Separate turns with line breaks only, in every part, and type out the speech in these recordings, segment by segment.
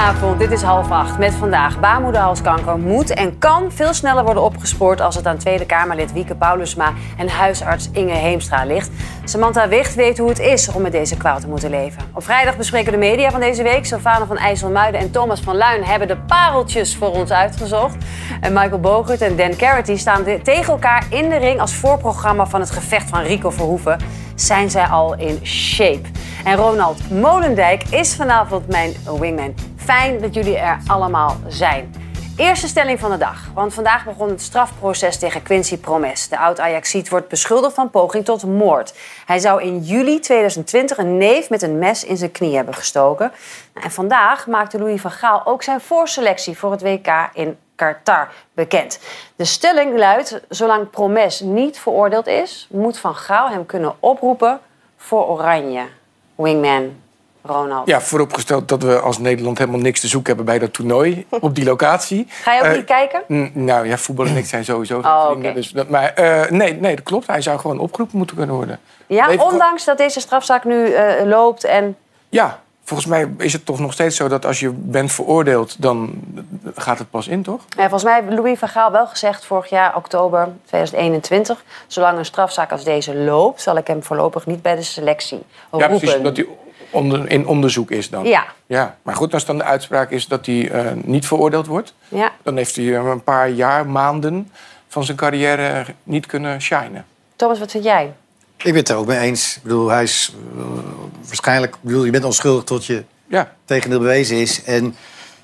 Goedenavond, dit is 7:30 met vandaag. Baarmoederhalskanker moet en kan veel sneller worden opgespoord als het aan Tweede Kamerlid Wieke Paulusma en huisarts Inge Heemstra ligt. Samantha Wicht weet hoe het is om met deze kwaal te moeten leven. Op vrijdag bespreken de media van deze week. Sylvana van IJsselmuiden en Thomas van Luijn hebben de pareltjes voor ons uitgezocht. En Michael Bogert en Dan Carity staan tegen elkaar in de ring als voorprogramma van het gevecht van Rico Verhoeven. Zijn zij al in shape? En Ronald Molendijk is vanavond mijn wingman. Fijn dat jullie er allemaal zijn. Eerste stelling van de dag. Want vandaag begon het strafproces tegen Quincy Promes. De oud-Ajaxiet wordt beschuldigd van poging tot moord. Hij zou in juli 2020 een neef met een mes in zijn knie hebben gestoken. En vandaag maakte Louis van Gaal ook zijn voorselectie voor het WK in Qatar bekend. De stelling luidt: zolang Promes niet veroordeeld is, moet Van Gaal hem kunnen oproepen voor Oranje. Wingman Ronald.
Ja, vooropgesteld dat we als Nederland helemaal niks te zoeken hebben bij dat toernooi op die locatie.
Ga je ook niet kijken?
Nou ja, voetbal en ik zijn sowieso geen vrienden.
Okay.
Dus maar nee, dat klopt. Hij zou gewoon opgeroepen moeten kunnen worden.
Ja, ondanks dat deze strafzaak nu loopt en...
Ja, volgens mij is het toch nog steeds zo dat als je bent veroordeeld, dan gaat het pas in, toch?
Ja, volgens mij heeft Louis van Gaal wel gezegd vorig jaar, oktober 2021... zolang een strafzaak als deze loopt, zal ik hem voorlopig niet bij de selectie roepen.
Ja, precies, dat hij in onderzoek is dan.
Ja.
Maar goed, als dan de uitspraak is dat hij niet veroordeeld wordt, dan heeft hij een paar jaar, maanden van zijn carrière niet kunnen shinen.
Thomas, wat vind jij?
Ik ben het er ook mee eens. Ik bedoel, hij is waarschijnlijk... je bent onschuldig tot je tegendeel bewezen is. En,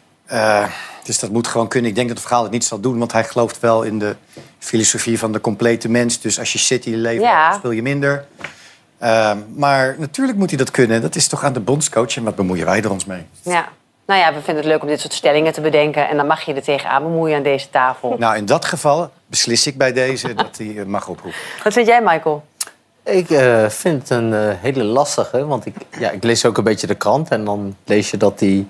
dus dat moet gewoon kunnen. Ik denk dat Van Gaal het niet zal doen, want hij gelooft wel in de filosofie van de complete mens. Dus als je City leven hebt, speel je minder. Maar natuurlijk moet hij dat kunnen. Dat is toch aan de bondscoach. En wat bemoeien wij er ons mee?
Ja. Nou ja, we vinden het leuk om dit soort stellingen te bedenken. En dan mag je er tegenaan bemoeien aan deze tafel.
Nou, in dat geval beslis ik bij deze dat hij mag oproepen.
Wat vind jij, Michael?
Ik vind het een hele lastige. Want ik lees ook een beetje de krant. En dan lees je dat die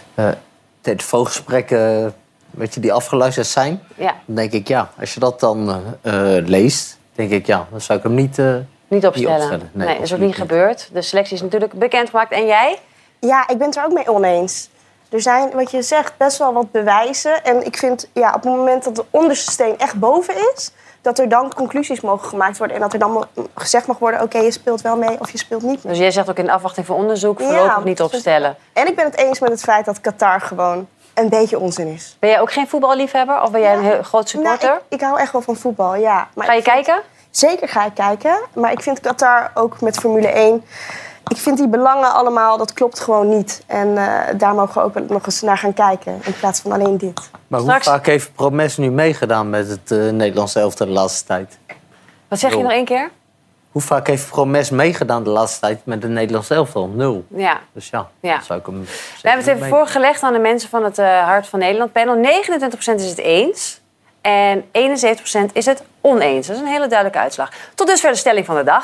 telefoongesprekken die afgeluisterd zijn.
Ja.
Dan denk ik, als je dat dan leest, denk ik, dan zou ik hem niet opstellen.
Nee, dat is ook niet gebeurd. De selectie is natuurlijk bekendgemaakt. En jij?
Ja, ik ben het er ook mee oneens. Er zijn, wat je zegt, best wel wat bewijzen. En ik vind, op het moment dat de onderste steen echt boven is, dat er dan conclusies mogen gemaakt worden. En dat er dan gezegd mag worden, oké, je speelt wel mee of je speelt niet mee.
Dus jij zegt ook in de afwachting van onderzoek voorlopig niet opstellen.
En ik ben het eens met het feit dat Qatar gewoon een beetje onzin is.
Ben jij ook geen voetballiefhebber? Of ben jij een heel groot supporter?
Nou, ik hou echt wel van voetbal, ja. Maar
ga je kijken?
Zeker ga ik kijken. Maar ik vind Qatar ook met Formule 1... Ik vind die belangen allemaal, dat klopt gewoon niet. En daar mogen we ook nog eens naar gaan kijken. In plaats van alleen dit.
Maar hoe vaak heeft Promes nu meegedaan met het Nederlandse elftal de laatste tijd?
Wat zeg je nog één keer?
Hoe vaak heeft Promes meegedaan de laatste tijd met het Nederlandse elftal? 0.
Ja.
Dus dat zou ik hem...
We hebben het even voorgelegd aan de mensen van het Hart van Nederland panel. 29% is het eens. En 71% is het oneens. Dat is een hele duidelijke uitslag. Tot dusver de stelling van de dag.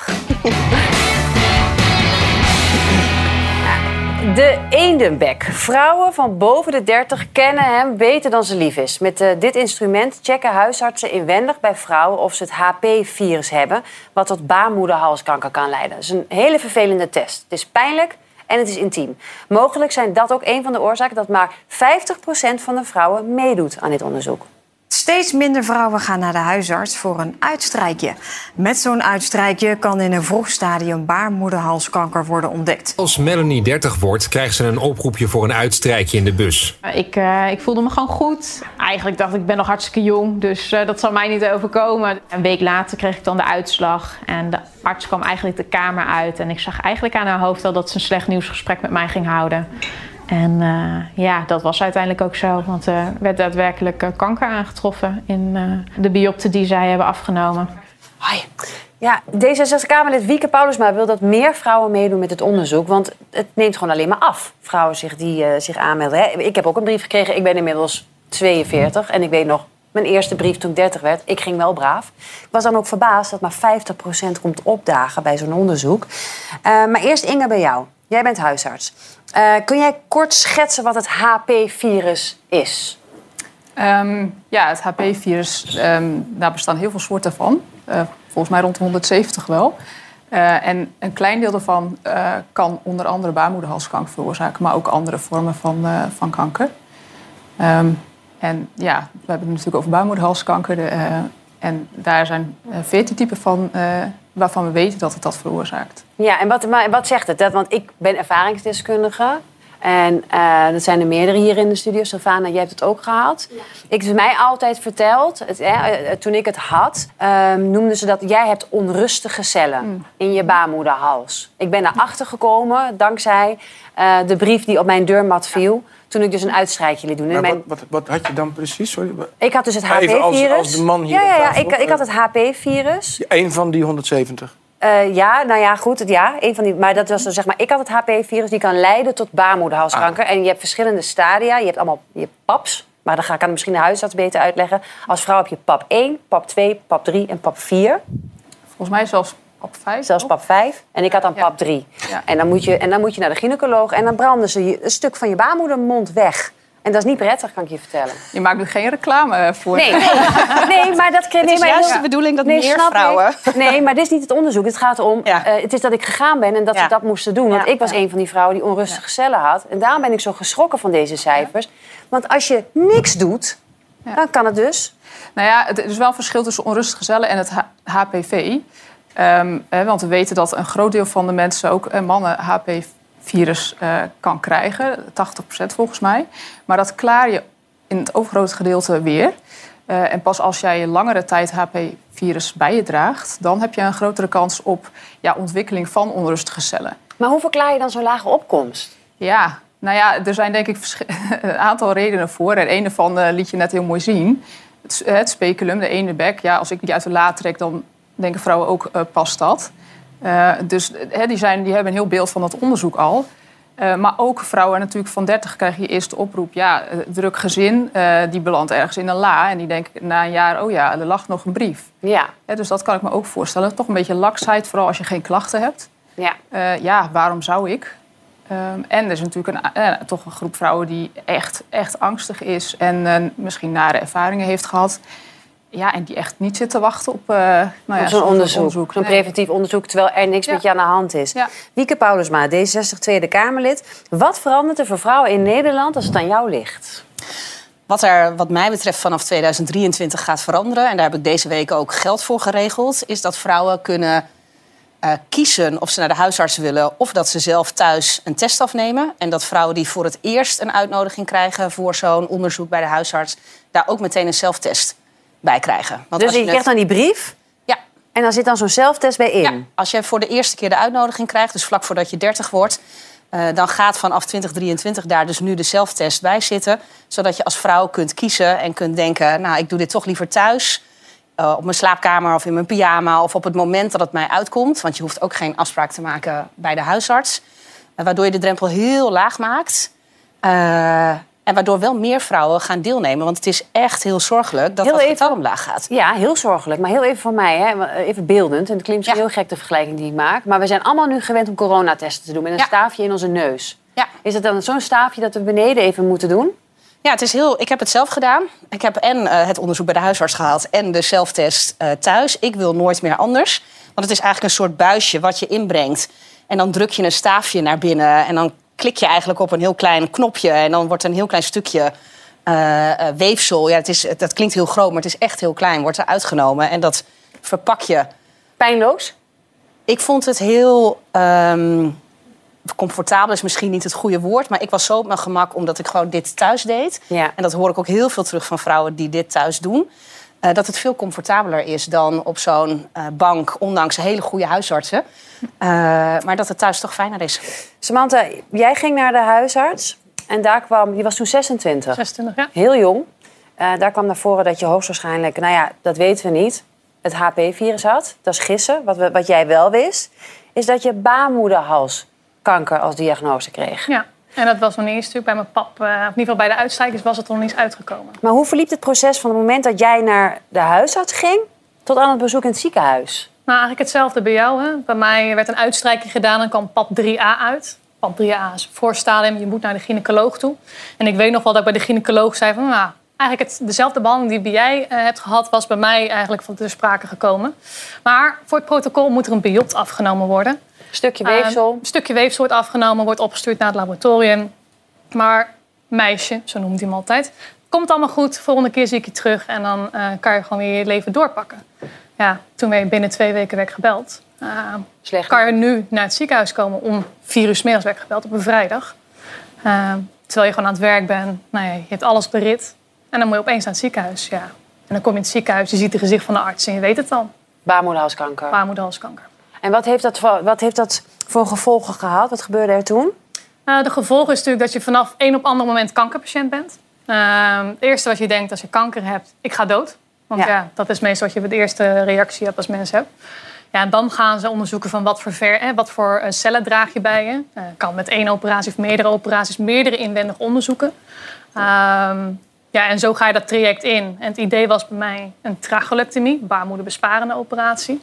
De eendenbek. Vrouwen van boven de 30 kennen hem beter dan ze lief is. Met dit instrument checken huisartsen inwendig bij vrouwen of ze het HP-virus hebben, wat tot baarmoederhalskanker kan leiden. Dat is een hele vervelende test. Het is pijnlijk en het is intiem. Mogelijk zijn dat ook een van de oorzaken dat maar 50% van de vrouwen meedoet aan dit onderzoek.
Steeds minder vrouwen gaan naar de huisarts voor een uitstrijkje. Met zo'n uitstrijkje kan in een vroeg stadium baarmoederhalskanker worden ontdekt.
Als Melanie 30 wordt, krijgt ze een oproepje voor een uitstrijkje in de bus.
Ik voelde me gewoon goed. Eigenlijk dacht ik ben nog hartstikke jong, dus dat zal mij niet overkomen. Een week later kreeg ik dan de uitslag. En de arts kwam eigenlijk de kamer uit. En ik zag eigenlijk aan haar hoofd al dat ze een slecht nieuwsgesprek met mij ging houden. En dat was uiteindelijk ook zo. Want er werd daadwerkelijk kanker aangetroffen in de biopsie die zij hebben afgenomen.
Hoi. Ja, D66-Kamerlid Wieke Paulusma wil dat meer vrouwen meedoen met het onderzoek. Want het neemt gewoon alleen maar af, vrouwen die zich aanmelden. Ik heb ook een brief gekregen. Ik ben inmiddels 42 en ik weet nog mijn eerste brief toen ik 30 werd. Ik ging wel braaf. Ik was dan ook verbaasd dat maar 50% komt opdagen bij zo'n onderzoek. Maar eerst Inge bij jou. Jij bent huisarts. Kun jij kort schetsen wat het HP-virus is?
Het HP-virus, daar bestaan heel veel soorten van. Volgens mij rond de 170 wel. En een klein deel daarvan kan onder andere baarmoederhalskanker veroorzaken, maar ook andere vormen van kanker. En ja, we hebben het natuurlijk over baarmoederhalskanker. En daar zijn 14 typen van waarvan we weten dat het dat veroorzaakt.
Ja, en wat zegt het? Want ik ben ervaringsdeskundige. En dat zijn er meerdere hier in de studio. Sylvana, jij hebt het ook gehad. Ja. Ik heb mij altijd verteld, toen ik het had, noemden ze dat jij hebt onrustige cellen in je baarmoederhals. Ik ben daarachter gekomen dankzij de brief die op mijn deurmat viel. Toen ik dus een uitstrijkje liet doen.
Maar wat had je dan precies? Sorry.
Ik had dus het HP-virus.
Als de man hier
ik had het HP-virus.
Eén van die 170?
Een van die. Maar dat was zeg maar. Ik had het HP-virus die kan leiden tot baarmoederhalskanker. En je hebt verschillende stadia. Je hebt PAPs. Maar dan kan misschien de huisarts beter uitleggen. Als vrouw heb je PAP 1, PAP 2, PAP 3 en PAP 4.
Volgens mij zelfs PAP 5.
Zelfs PAP 5. En ik had dan PAP 3. Ja. En dan moet je naar de gynaecoloog. En dan branden ze een stuk van je baarmoedermond weg. En dat is niet prettig, kan ik je vertellen.
Je maakt er geen reclame voor.
Nee, maar dat kreeg...
Het is juist de bedoeling dat meer vrouwen...
Nee, maar dit is niet het onderzoek. Het gaat om... het is dat ik gegaan ben en dat ze dat moesten doen. Want ik was een van die vrouwen die onrustige cellen had. En daarom ben ik zo geschrokken van deze cijfers. Ja. Want als je niks doet, dan kan het dus...
Nou ja, er is wel een verschil tussen onrustige cellen en het HPV. Want we weten dat een groot deel van de mensen, ook mannen, HPV-virus kan krijgen. 80% volgens mij. Maar dat klaar je in het overgrote gedeelte weer. En pas als jij langere tijd HPV-virus bij je draagt, dan heb je een grotere kans op ontwikkeling van onrustige cellen.
Maar hoe verklaar je dan zo'n lage opkomst?
Ja, nou ja, er zijn denk ik een aantal redenen voor. En een daarvan liet je net heel mooi zien. Het speculum, de ene bek. Ja, als ik die uit de la trek, dan denken vrouwen ook, past dat. Dus die hebben een heel beeld van dat onderzoek al. Maar ook vrouwen natuurlijk van 30 krijgen je eerste oproep. Ja, druk gezin, die belandt ergens in een la. En die denken na een jaar, oh ja, er lag nog een brief.
Ja.
Dus dat kan ik me ook voorstellen. Toch een beetje laksheid, vooral als je geen klachten hebt.
Ja.
Waarom zou ik? En er is natuurlijk toch een groep vrouwen die echt angstig is. En misschien nare ervaringen heeft gehad. Ja, en die echt niet zit te wachten op
zo'n onderzoek. Zo'n preventief onderzoek, terwijl er niks met je aan de hand is. Ja. Wieke Paulusma, D66 Tweede Kamerlid. Wat verandert er voor vrouwen in Nederland als het aan jou ligt?
Wat er wat mij betreft vanaf 2023 gaat veranderen, en daar heb ik deze week ook geld voor geregeld, is dat vrouwen kunnen kiezen of ze naar de huisarts willen of dat ze zelf thuis een test afnemen. En dat vrouwen die voor het eerst een uitnodiging krijgen voor zo'n onderzoek bij de huisarts, daar ook meteen een zelftest bij krijgen. Want
dus je krijgt dan die brief?
Ja.
En dan zit dan zo'n zelftest bij in?
Ja, als je voor de eerste keer de uitnodiging krijgt, dus vlak voordat je 30 wordt, dan gaat vanaf 2023 daar dus nu de zelftest bij zitten. Zodat je als vrouw kunt kiezen en kunt denken, nou, ik doe dit toch liever thuis. Op mijn slaapkamer of in mijn pyjama of op het moment dat het mij uitkomt. Want je hoeft ook geen afspraak te maken bij de huisarts. Waardoor je de drempel heel laag maakt. En waardoor wel meer vrouwen gaan deelnemen. Want het is echt heel zorgelijk dat het getal omlaag gaat.
Ja, heel zorgelijk. Maar heel even voor mij, hè, even beeldend. En het klinkt heel gek, de vergelijking die ik maak. Maar we zijn allemaal nu gewend om coronatesten te doen met een staafje in onze neus. Ja. Is het dan zo'n staafje dat we beneden even moeten doen?
Ja, ik heb het zelf gedaan. Ik heb het onderzoek bij de huisarts gehaald en de zelftest thuis. Ik wil nooit meer anders. Want het is eigenlijk een soort buisje wat je inbrengt. En dan druk je een staafje naar binnen en dan klik je eigenlijk op een heel klein knopje. En dan wordt een heel klein stukje weefsel. Ja, dat klinkt heel groot, maar het is echt heel klein. Wordt er uitgenomen en dat verpak je.
Pijnloos?
Ik vond het heel comfortabel is misschien niet het goede woord. Maar ik was zo op mijn gemak omdat ik gewoon dit thuis deed. Ja. En dat hoor ik ook heel veel terug van vrouwen die dit thuis doen. Dat het veel comfortabeler is dan op zo'n bank, ondanks hele goede huisartsen. Maar dat het thuis toch fijner is.
Samantha, jij ging naar de huisarts en daar kwam, je was toen 26.
26, ja.
Heel jong. Daar kwam naar voren dat je hoogstwaarschijnlijk, nou ja, dat weten we niet, het HP-virus had. Dat is gissen. Wat jij wel wist, is dat je baarmoederhalskanker als diagnose kreeg.
Ja. En dat was nog niet eens natuurlijk bij mijn pap, of in ieder geval bij de uitstrijkers was het nog niet eens uitgekomen.
Maar hoe verliep het proces van het moment dat jij naar de huisarts ging tot aan het bezoek in het ziekenhuis?
Nou, eigenlijk hetzelfde bij jou. Hè? Bij mij werd een uitstrijking gedaan en kwam pap 3a uit. Pap 3a is voorstadium, je moet naar de gynaecoloog toe. En ik weet nog wel dat ik bij de gynaecoloog zei van, nou, Eigenlijk dezelfde behandeling die bij jij hebt gehad, was bij mij eigenlijk van ter sprake gekomen. Maar voor het protocol moet er een biot afgenomen worden.
Een stukje weefsel.
Een stukje weefsel wordt afgenomen, wordt opgestuurd naar het laboratorium. Maar meisje, zo noemt hij hem altijd, komt allemaal goed, volgende keer zie ik je terug en dan kan je gewoon weer je leven doorpakken. Ja, toen ben je binnen 2 weken werd gebeld. Kan je nu naar het ziekenhuis komen om 4 uur 's middags werd gebeld op een vrijdag. Terwijl je gewoon aan het werk bent. Nou ja, je hebt alles op de rit. En dan moet je opeens naar het ziekenhuis. Ja. En dan kom je in het ziekenhuis, je ziet het gezicht van de arts en je weet het dan.
Baarmoederhalskanker.
Baarmoederhalskanker.
En wat heeft dat voor gevolgen gehad? Wat gebeurde er toen?
De gevolgen is natuurlijk dat je vanaf een op ander moment kankerpatiënt bent. Het eerste wat je denkt als je kanker hebt, ik ga dood. Want ja, dat is meestal wat je de eerste reactie hebt als mens hebt. Ja, en dan gaan ze onderzoeken van wat voor cellen draag je bij je. Kan met 1 operatie of meerdere operaties, meerdere inwendige onderzoeken. Ja, en zo ga je dat traject in. En het idee was bij mij een trachelectomie, baarmoederbesparende operatie.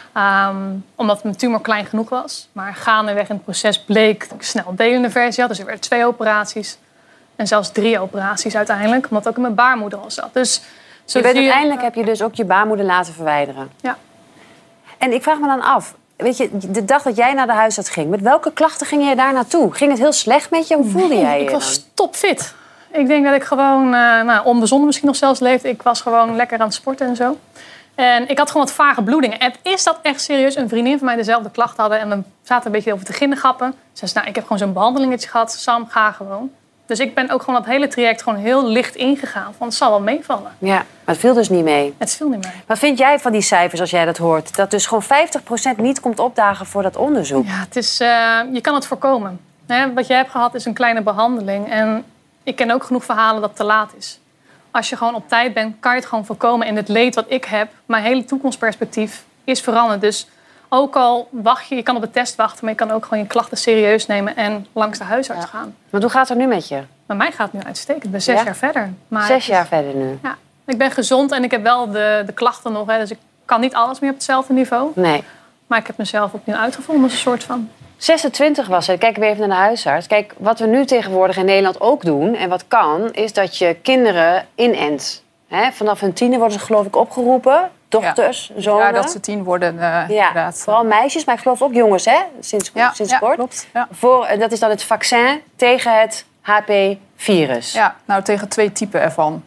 Omdat mijn tumor klein genoeg was. Maar gaandeweg in het proces bleek dat ik een snel delende versie had. Dus er werden 2 operaties. En zelfs 3 operaties uiteindelijk, omdat het ook in mijn baarmoeder al zat. Dus
uiteindelijk heb je dus ook je baarmoeder laten verwijderen.
Ja.
En ik vraag me dan af, weet je, de dag dat jij naar de huisarts ging, met welke klachten ging je daar naartoe? Ging het heel slecht met je? Hoe voelde jij je?
Ik was topfit. Ik denk dat ik gewoon onbezonnen misschien nog zelfs leefde. Ik was gewoon lekker aan het sporten en zo. En ik had gewoon wat vage bloedingen. En is dat echt serieus? Een vriendin van mij dezelfde klachten hadden. En we zaten een beetje over te ginnegappen. Ze zei, ik heb gewoon zo'n behandelingetje gehad. Sam, ga gewoon. Dus ik ben ook gewoon dat hele traject gewoon heel licht ingegaan. Want het zal wel meevallen.
Ja, maar het viel dus niet mee.
Het viel niet mee.
Wat vind jij van die cijfers als jij dat hoort? Dat dus gewoon 50% niet komt opdagen voor dat onderzoek.
Ja, het is, je kan het voorkomen. Wat jij hebt gehad is een kleine behandeling. En ik ken ook genoeg verhalen dat het te laat is. Als je gewoon op tijd bent, kan je het gewoon voorkomen. En het leed wat ik heb, mijn hele toekomstperspectief, is veranderd. Dus ook al wacht je kan op de test wachten, maar je kan ook gewoon je klachten serieus nemen en langs de huisarts gaan.
Maar hoe gaat het nu met je?
Bij mij gaat het nu uitstekend. Ik ben 6 jaar verder. Maar
6 jaar verder nu?
Ja. Ik ben gezond en ik heb wel de klachten nog. Dus ik kan niet alles meer op hetzelfde niveau.
Nee.
Maar ik heb mezelf opnieuw uitgevonden als een soort van.
26 was het. Kijk weer even naar de huisarts. Kijk, wat we nu tegenwoordig in Nederland ook doen, en wat kan, is dat je kinderen inent. Vanaf hun 10e worden ze geloof ik opgeroepen. Dochters, zonen.
Ja, dat ze 10 worden inderdaad.
Vooral meisjes, maar ik geloof ook jongens, hè? Sinds kort.
Klopt. Ja.
Dat is dan het vaccin tegen het HP-virus.
Ja, nou tegen 2 typen ervan.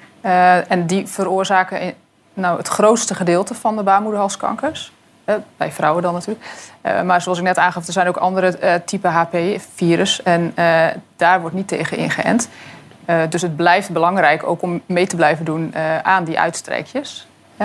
En die veroorzaken het grootste gedeelte van de baarmoederhalskankers. Bij vrouwen dan natuurlijk. Maar zoals ik net aangaf, er zijn ook andere typen HP-virus. En daar wordt niet tegen ingeënt. Dus het blijft belangrijk ook om mee te blijven doen aan die uitstrijkjes.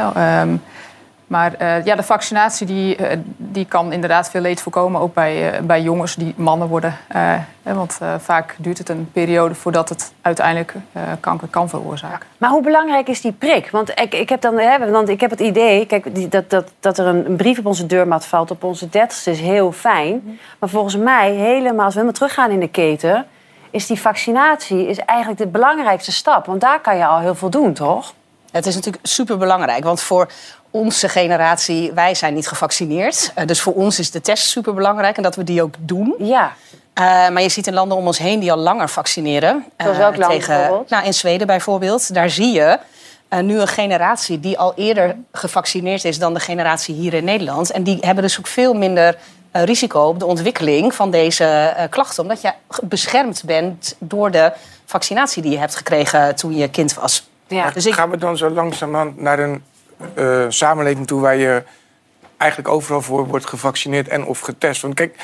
Maar de vaccinatie die kan inderdaad veel leed voorkomen. Ook bij jongens die mannen worden. Want vaak duurt het een periode voordat het uiteindelijk kanker kan veroorzaken.
Maar hoe belangrijk is die prik? Want ik heb het idee, kijk, dat er een brief op onze deurmat valt op onze 30ste is heel fijn. Maar volgens mij, als we helemaal teruggaan in de keten, is die vaccinatie eigenlijk de belangrijkste stap. Want daar kan je al heel veel doen, toch?
Het is natuurlijk superbelangrijk, want voor onze generatie, wij zijn niet gevaccineerd. Dus voor ons is de test superbelangrijk en dat we die ook doen.
Ja.
Maar je ziet in landen om ons heen die al langer vaccineren.
Zoals welk land bijvoorbeeld?
Nou, in Zweden bijvoorbeeld. Daar zie je nu een generatie die al eerder gevaccineerd is dan de generatie hier in Nederland. En die hebben dus ook veel minder risico op de ontwikkeling van deze klachten. Omdat je beschermd bent door de vaccinatie die je hebt gekregen toen je kind was.
Ja. Dus gaan we dan zo langzamerhand naar een samenleving toe waar je eigenlijk overal voor wordt gevaccineerd en of getest? Want kijk,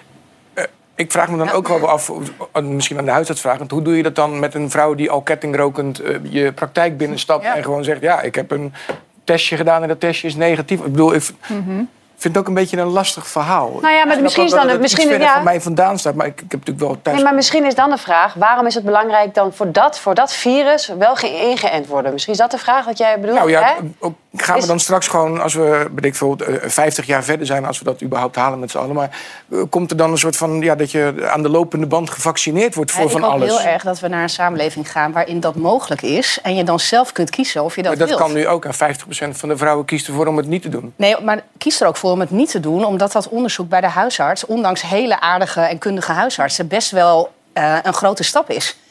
ik vraag me dan ook wel af, misschien aan de huisarts vragend, hoe doe je dat dan met een vrouw die al kettingrokend je praktijk binnenstapt en gewoon zegt, ja, ik heb een testje gedaan en dat testje is negatief. Ik bedoel, ik vind het ook een beetje een lastig verhaal.
Nou ja, maar misschien is dan het
verder van mij vandaan staat, maar ik heb natuurlijk wel thuis.
Nee, maar misschien is dan de vraag, waarom is het belangrijk dan voor dat virus wel ingeënt worden? Misschien is dat de vraag wat jij bedoelt.
Nou ja, gaan we dan straks gewoon, als we 50 jaar verder zijn, als we dat überhaupt halen met z'n allen, maar komt er dan een soort van, dat je aan de lopende band gevaccineerd wordt voor van alles?
Ik hoop heel erg dat we naar een samenleving gaan waarin dat mogelijk is en je dan zelf kunt kiezen of je dat
wilt.
Maar
dat kan nu ook, en 50% van de vrouwen kiest ervoor om het niet te doen.
Nee, maar kies er ook voor om het niet te doen, omdat dat onderzoek bij de huisarts, ondanks hele aardige en kundige huisartsen, best wel een grote stap is.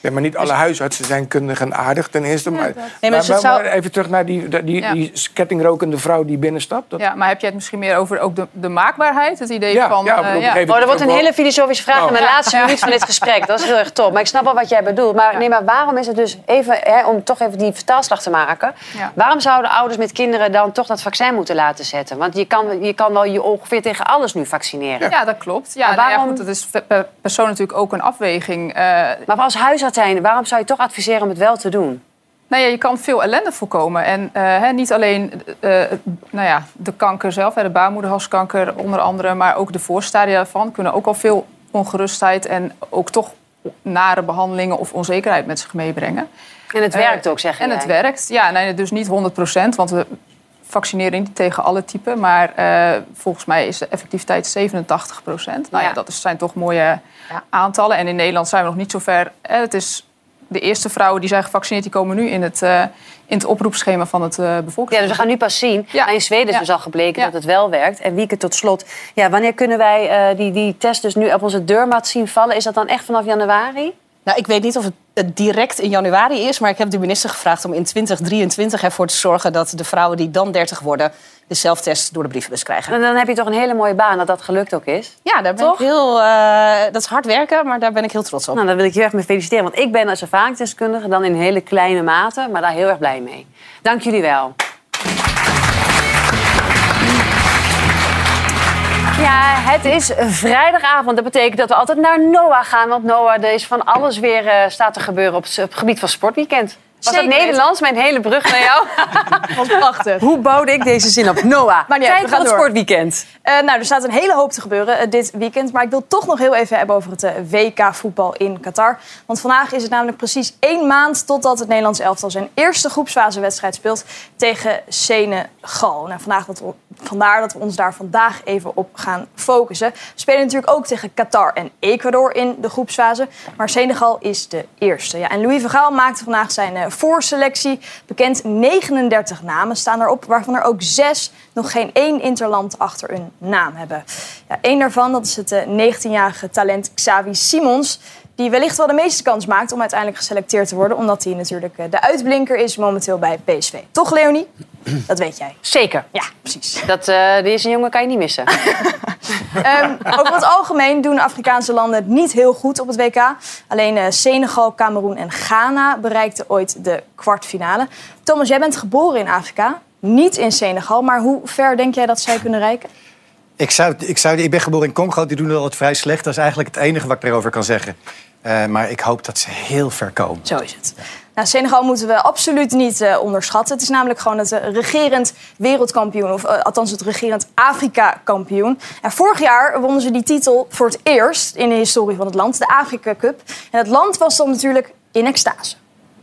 Ja, maar niet alle huisartsen zijn kundig en aardig ten eerste. Maar even terug naar die kettingrokende vrouw die binnenstapt.
Ja, maar heb je het misschien meer over ook de maakbaarheid? Het idee van...
er wordt een hele filosofische vraag in de laatste minuut van dit gesprek. Dat is heel erg top. Maar ik snap wel wat jij bedoelt. Maar waarom is het dus even... om toch even die vertaalslag te maken. Ja. Waarom zouden ouders met kinderen dan toch dat vaccin moeten laten zetten? Want je kan wel je ongeveer tegen alles nu vaccineren.
Ja, dat klopt. Ja, waarom... goed, dat is per persoon natuurlijk ook een afweging.
Maar als huisarts zijn, waarom zou je toch adviseren om het wel te doen?
Nou ja, je kan veel ellende voorkomen. En niet alleen de kanker zelf, de baarmoederhalskanker onder andere... maar ook de voorstadia ervan kunnen ook al veel ongerustheid... en ook toch nare behandelingen of onzekerheid met zich meebrengen.
En het werkt ook, zeg je?
En het werkt, ja. Nee, dus niet 100%, want we vaccineren niet tegen alle typen. Maar volgens mij is de effectiviteit 87%. Nou ja, dat zijn toch mooie aantallen. En in Nederland zijn we nog niet zo ver. Het is de eerste vrouwen die zijn gevaccineerd... die komen nu in het oproepschema van het bevolkingsfonds.
Ja, dus we gaan nu pas zien. Ja. In Zweden is dus al gebleken dat het wel werkt. En Wieke, tot slot. Ja, wanneer kunnen wij die test dus nu op onze deurmat zien vallen? Is dat dan echt vanaf januari?
Nou, ik weet niet of het direct in januari is... maar ik heb de minister gevraagd om in 2023 ervoor te zorgen... dat de vrouwen die dan 30 worden de zelftest door de brievenbus krijgen.
En dan heb je toch een hele mooie baan dat dat gelukt ook is?
Ja, daar ben ik heel... dat is hard werken, maar daar ben ik heel trots op.
Nou, dan wil ik je erg mee feliciteren. Want ik ben als ervaringsdeskundige dan in hele kleine mate... maar daar heel erg blij mee. Dank jullie wel. Ja, het is vrijdagavond. Dat betekent dat we altijd naar Noah gaan. Want Noah, er is van alles weer staat te gebeuren op het gebied van sportweekend. Was dat Nederlands? Mijn hele brug naar jou?
Was prachtig.
Hoe bouwde ik deze zin op? Noah, tijd voor het sportweekend.
Er staat een hele hoop te gebeuren dit weekend. Maar ik wil toch nog heel even hebben over het WK-voetbal in Qatar. Want vandaag is het namelijk precies 1 maand... totdat het Nederlands elftal zijn eerste groepsfasewedstrijd speelt... tegen Senegal. Nou, vandaar dat we ons daar vandaag even op gaan focussen. We spelen natuurlijk ook tegen Qatar en Ecuador in de groepsfase. Maar Senegal is de eerste. Ja, en Louis van Gaal maakte vandaag zijn voorselectie. Bekend 39 namen staan erop, waarvan er ook 6 nog geen 1 interland achter hun naam hebben. Ja, 1 daarvan, dat is het 19-jarige talent Xavi Simons... die wellicht wel de meeste kans maakt om uiteindelijk geselecteerd te worden... omdat hij natuurlijk de uitblinker is momenteel bij PSV. Toch, Leonie? Dat weet jij.
Zeker.
Ja, precies.
Deze jongen kan je niet missen.
Over het algemeen doen Afrikaanse landen het niet heel goed op het WK. Alleen Senegal, Cameroen en Ghana bereikten ooit de kwartfinale. Thomas, jij bent geboren in Afrika, niet in Senegal. Maar hoe ver denk jij dat zij kunnen reiken?
Ik ben geboren in Congo, die doen het altijd vrij slecht. Dat is eigenlijk het enige wat ik erover kan zeggen. Maar ik hoop dat ze heel ver komen.
Zo is het. Nou, Senegal moeten we absoluut niet onderschatten. Het is namelijk gewoon het regerend wereldkampioen, of althans het regerend Afrika-kampioen. Vorig jaar wonnen ze die titel voor het eerst in de historie van het land, de Afrika Cup. En het land was dan natuurlijk in extase.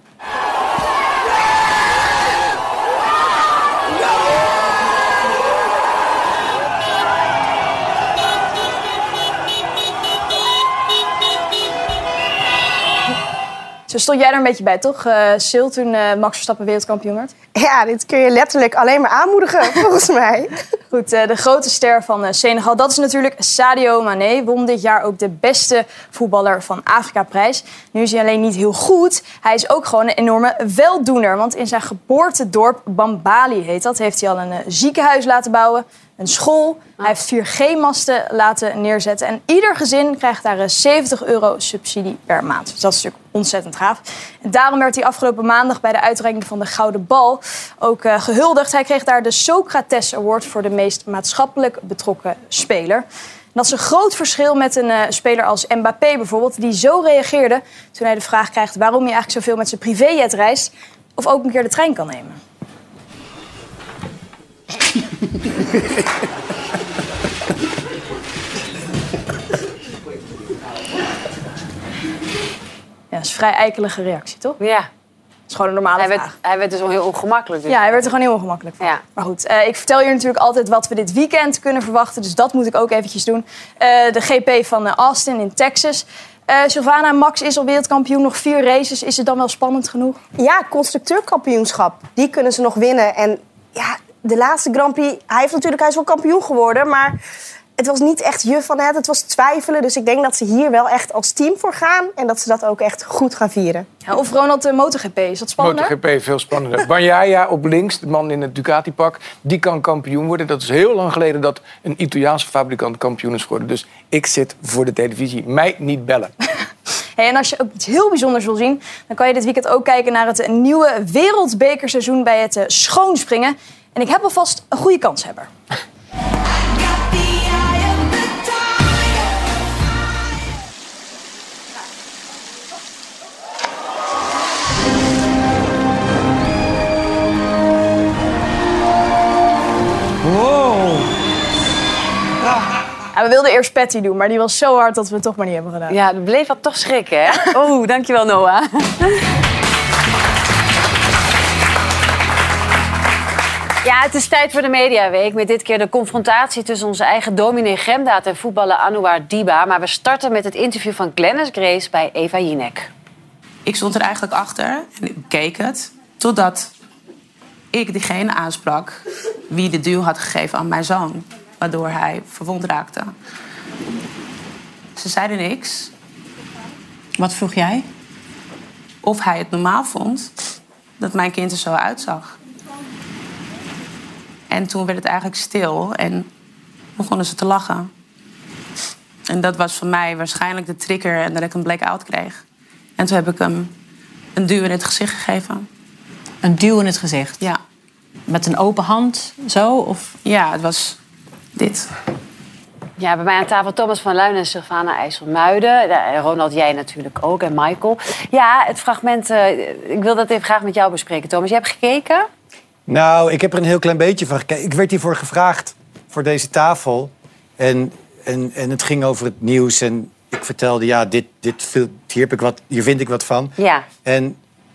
Zo stond jij er een beetje bij, toch, Sil, toen Max Verstappen wereldkampioen werd?
Ja, dit kun je letterlijk alleen maar aanmoedigen, volgens mij.
Goed, de grote ster van Senegal, dat is natuurlijk Sadio Mané. Won dit jaar ook de beste voetballer van Afrika-prijs. Nu is hij alleen niet heel goed. Hij is ook gewoon een enorme weldoener. Want in zijn geboortedorp, Bambali heet dat, heeft hij al een ziekenhuis laten bouwen. Een school. Hij heeft 4G-masten laten neerzetten. En ieder gezin krijgt daar €70 subsidie per maand. Dus dat is natuurlijk ontzettend gaaf. En daarom werd hij afgelopen maandag bij de uitreiking van de Gouden Bal ook gehuldigd. Hij kreeg daar de Socrates Award voor de meest maatschappelijk betrokken speler. En dat is een groot verschil met een speler als Mbappé bijvoorbeeld, die zo reageerde toen hij de vraag krijgt waarom hij eigenlijk zoveel met zijn privéjet reist of ook een keer de trein kan nemen. Ja, dat is een vrij eikelige reactie, toch?
Ja.
Dat is gewoon een normale vraag.
Hij werd dus heel ongemakkelijk. Dus.
Ja, hij werd er gewoon heel ongemakkelijk van. Ja. Maar goed, ik vertel je natuurlijk altijd wat we dit weekend kunnen verwachten. Dus dat moet ik ook eventjes doen. De GP van Austin in Texas. Sylvana, Max is al wereldkampioen, nog 4 races. Is het dan wel spannend genoeg?
Ja, constructeurkampioenschap. Die kunnen ze nog winnen. En ja, de laatste Grand Prix, hij is wel kampioen geworden, maar het was niet echt je van het was twijfelen. Dus ik denk dat ze hier wel echt als team voor gaan. En dat ze dat ook echt goed gaan vieren.
Ja, of Ronald de MotoGP, is dat spannender?
MotoGP, veel spannender. Bagnaia op links, de man in het Ducati-pak, die kan kampioen worden. Dat is heel lang geleden dat een Italiaanse fabrikant kampioen is geworden. Dus ik zit voor de televisie. Mij niet bellen.
Hey, en als je ook iets heel bijzonders wil zien, dan kan je dit weekend ook kijken naar het nieuwe wereldbekerseizoen bij het schoonspringen. En ik heb alvast een goede kanshebber. Ja, we wilden eerst Patty doen, maar die was zo hard dat we het toch maar niet hebben gedaan.
Ja, dat bleef wat toch schrikken, hè? Oeh, dankjewel, Noah. Ja, het is tijd voor de Mediaweek. Met dit keer de confrontatie tussen onze eigen dominee Gremdaad en voetballer Anouar Diba. Maar we starten met het interview van Glennis Grace bij Eva Jinek.
Ik stond er eigenlijk achter en ik keek het. Totdat ik diegene aansprak wie de duw had gegeven aan mijn zoon. Waardoor hij verwond raakte. Ze zeiden niks.
Wat vroeg jij?
Of hij het normaal vond dat mijn kind er zo uitzag. En toen werd het eigenlijk stil en begonnen ze te lachen. En dat was voor mij waarschijnlijk de trigger en dat ik een blackout kreeg. En toen heb ik hem een duw in het gezicht gegeven.
Een duw in het gezicht?
Ja.
Met een open hand, zo? Of?
Ja, het was dit.
Ja, bij mij aan tafel Thomas van Luijn en Sylvana IJsselmuiden. Ronald, jij natuurlijk ook en Michael. Ja, het fragment, ik wil dat even graag met jou bespreken. Thomas, jij hebt gekeken?
Nou, ik heb er een heel klein beetje van gekeken. Ik werd hiervoor gevraagd voor deze tafel. En het ging over het nieuws. En ik vertelde, ja, hier vind ik wat van.
Ja.
En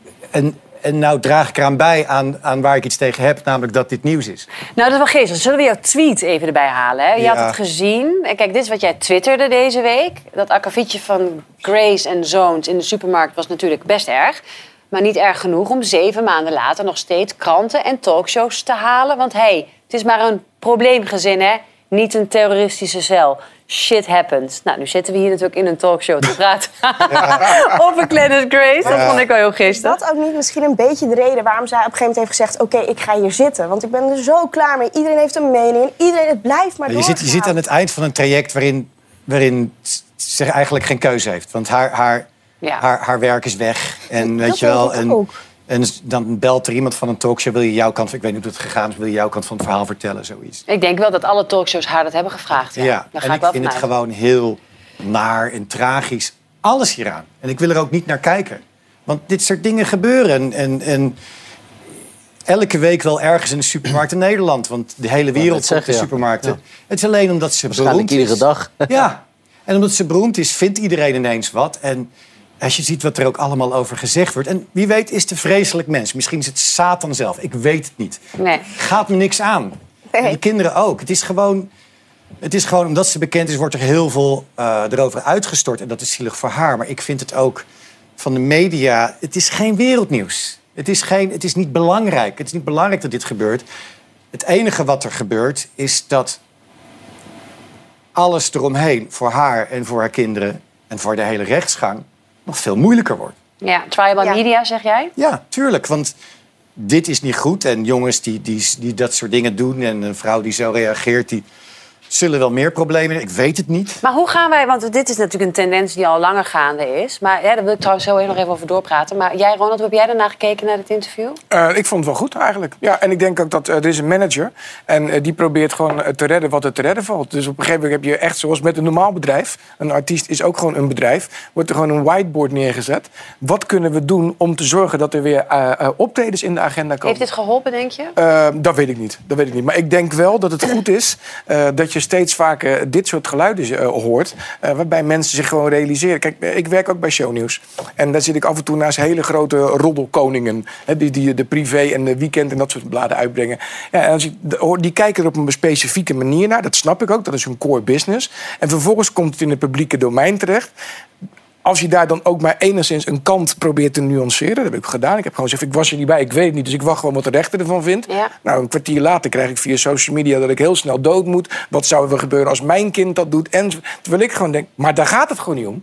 nou draag ik eraan bij aan waar ik iets tegen heb. Namelijk dat dit nieuws is.
Nou, dat is wel geestig. Zullen we jouw tweet even erbij halen? Hè? Je had het gezien. En kijk, dit is wat jij twitterde deze week. Dat akkefietje van Grace en Zoons in de supermarkt was natuurlijk best erg. Maar niet erg genoeg om 7 maanden later nog steeds kranten en talkshows te halen. Want het is maar een probleemgezin, hè? Niet een terroristische cel. Shit happens. Nou, nu zitten we hier natuurlijk in een talkshow te praten. Over Glennis Grace. Dat vond ik wel heel geestig.
Is dat ook niet misschien een beetje de reden waarom zij op een gegeven moment heeft gezegd... oké, ik ga hier zitten, want ik ben er zo klaar mee. Iedereen heeft een mening. Iedereen, het blijft maar doorgaan.
Je zit aan het eind van een traject waarin ze eigenlijk geen keuze heeft. Want haar werk is weg. En weet je wel. En dan belt er iemand van een talkshow. Wil je jouw kant, ik weet niet hoe het gegaan is, wil je jouw kant van het verhaal vertellen, zoiets.
Ik denk wel dat alle talkshows haar dat hebben gevraagd. Ja. Daar ga
en ik vind het gewoon heel naar en tragisch. Alles hieraan. En ik wil er ook niet naar kijken. Want dit soort dingen gebeuren. En elke week wel ergens in de supermarkt in Nederland. Want de hele wereld komt de supermarkten. Ja. Het is alleen omdat ze beroemd is.
Iedere dag.
Ja. En omdat ze beroemd is, vindt iedereen ineens wat. En als je ziet wat er ook allemaal over gezegd wordt. En wie weet is het een vreselijk mens. Misschien is het Satan zelf. Ik weet het niet.
Nee.
Gaat me niks aan. Nee. En de kinderen ook. Het is gewoon omdat ze bekend is, wordt er heel veel erover uitgestort. En dat is zielig voor haar. Maar ik vind het ook van de media. Het is geen wereldnieuws. Het is niet belangrijk. Het is niet belangrijk dat dit gebeurt. Het enige wat er gebeurt is dat alles eromheen voor haar en voor haar kinderen en voor de hele rechtsgang nog veel moeilijker wordt.
Ja, trial by media, zeg jij?
Ja, tuurlijk. Want dit is niet goed. En jongens die dat soort dingen doen en een vrouw die zo reageert, die zullen wel meer problemen hebben. Ik weet het niet.
Maar hoe gaan wij, want dit is natuurlijk een tendens die al langer gaande is. Maar ja, daar wil ik trouwens zo nog even over doorpraten. Maar jij, Ronald, hoe heb jij daarna gekeken naar dit interview?
Ik vond het wel goed eigenlijk. Ja, en ik denk ook dat er is een manager. En die probeert gewoon te redden wat er te redden valt. Dus op een gegeven moment heb je echt zoals met een normaal bedrijf. Een artiest is ook gewoon een bedrijf. Wordt er gewoon een whiteboard neergezet. Wat kunnen we doen om te zorgen dat er weer optredens in de agenda komen?
Heeft dit geholpen, denk je?
Dat weet ik niet. Maar ik denk wel dat het goed is dat je steeds vaker dit soort geluiden hoort. Waarbij mensen zich gewoon realiseren. Kijk, ik werk ook bij Shownieuws. En daar zit ik af en toe naast hele grote roddelkoningen. Die de privé en de weekend en dat soort bladen uitbrengen. Ja, en die kijken er op een specifieke manier naar. Dat snap ik ook. Dat is hun core business. En vervolgens komt het in het publieke domein terecht. als je daar dan ook maar enigszins een kant probeert te nuanceren... dat heb ik gedaan. Ik heb gewoon gezegd, ik was er niet bij, ik weet het niet... dus ik wacht gewoon wat de rechter ervan vindt. Ja. Nou, een kwartier later krijg ik via social media... dat ik heel snel dood moet. Wat zou er gebeuren als mijn kind dat doet? En terwijl ik gewoon denk, maar daar gaat het gewoon niet om.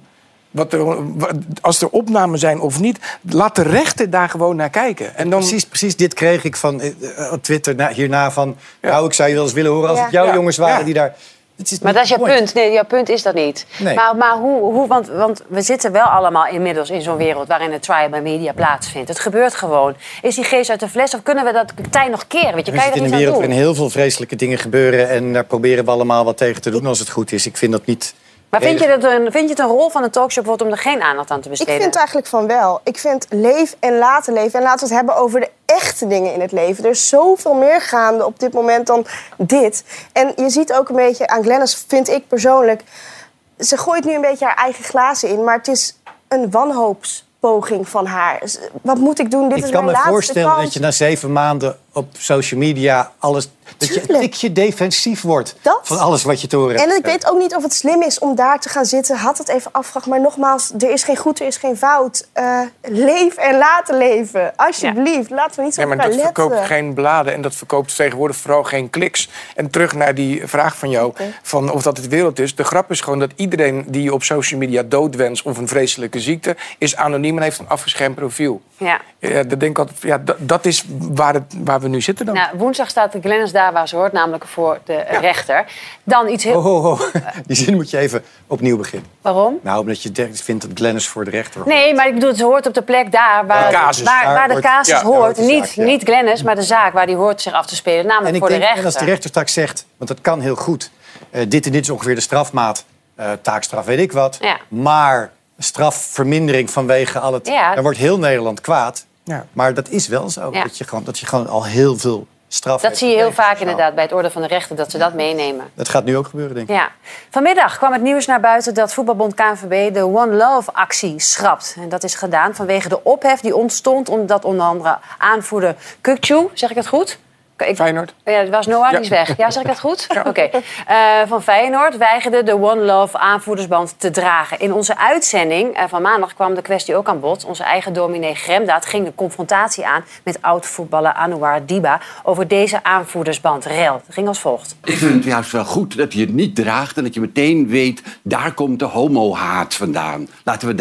Als er opnamen zijn of niet, laat de rechter daar gewoon naar kijken. En dan...
Precies dit kreeg ik van Twitter hierna van... nou, ik zou je wel eens willen horen als het jouw jongens waren die daar...
Maar dat is jouw punt. Nee, jouw punt is dat niet. Nee. Maar hoe want we zitten wel allemaal inmiddels in zo'n wereld... waarin het trial by media plaatsvindt. Het gebeurt gewoon. Is die geest uit de fles of kunnen we dat tij nog keren? Weet je, kan je er
in een wereld waarin heel veel vreselijke dingen gebeuren... en daar proberen we allemaal wat tegen te doen als het goed is. Ik vind dat niet...
Maar vind je het een rol van een talkshow om er geen aandacht aan te besteden?
Ik vind eigenlijk van wel. Ik vind leef en laten leven. En laten we het hebben over de echte dingen in het leven. Er is zoveel meer gaande op dit moment dan dit. En je ziet ook een beetje aan Glennis, vind ik persoonlijk... ze gooit nu een beetje haar eigen glazen in. Maar het is een wanhoopspoging van haar. Wat moet ik doen? Dit is mijn laatste kans.
Ik kan me voorstellen dat je na 7 maanden op social media alles... dat je een tikje defensief wordt van alles wat je te horen hebt.
En ik weet ook niet of het slim is om daar te gaan zitten. Had het even afgevraagd. Maar nogmaals, er is geen goed, er is geen fout. Leef en laten leven. Alsjeblieft, laten we niet zo
maar dat verkoopt geen bladen en dat verkoopt tegenwoordig vooral geen kliks. En terug naar die vraag van jou, van of dat het wereld is. De grap is gewoon dat iedereen die je op social media doodwenst... of een vreselijke ziekte, is anoniem en heeft een afgeschermd profiel. Ja. Dat denk ik altijd, dat is waar we nu zitten dan.
Nou, woensdag staat de Glennis daar waar ze hoort, namelijk voor de rechter. Dan iets heel...
Die zin moet je even opnieuw beginnen.
Waarom?
Nou, omdat je vindt dat Glennis voor de rechter hoort.
Nee, maar ik bedoel, ze hoort op de plek daar waar de casus hoort. Niet Glennis, maar de zaak waar die hoort zich af te spelen, namelijk voor de rechter.
En als de rechter straks zegt, want dat kan heel goed... dit en dit is ongeveer de strafmaat, taakstraf weet ik wat... Ja. Maar strafvermindering vanwege al het... dan wordt heel Nederland kwaad. Ja. Maar dat is wel zo, dat je gewoon al heel veel straf hebt.
Dat zie je heel vaak inderdaad bij het oordeel van de rechter, dat ze dat meenemen.
Dat gaat nu ook gebeuren, denk ik.
Ja. Vanmiddag kwam het nieuws naar buiten dat voetbalbond KNVB de One Love-actie schrapt. En dat is gedaan vanwege de ophef die ontstond omdat onder andere aanvoerder Kukçu, zeg ik het goed?
Feyenoord.
Ja, het was Noah, die is weg. Ja, zeg ik dat goed? Ja. Oké. Van Feyenoord weigerde de One Love aanvoerdersband te dragen. In onze uitzending van maandag kwam de kwestie ook aan bod. Onze eigen dominee Gremdaad ging de confrontatie aan met oud-voetballer Anouar Diba over deze aanvoerdersbandrel. Het ging als volgt.
Ik vind het juist wel goed dat je het niet draagt en dat je meteen weet, daar komt de homohaat vandaan. Laten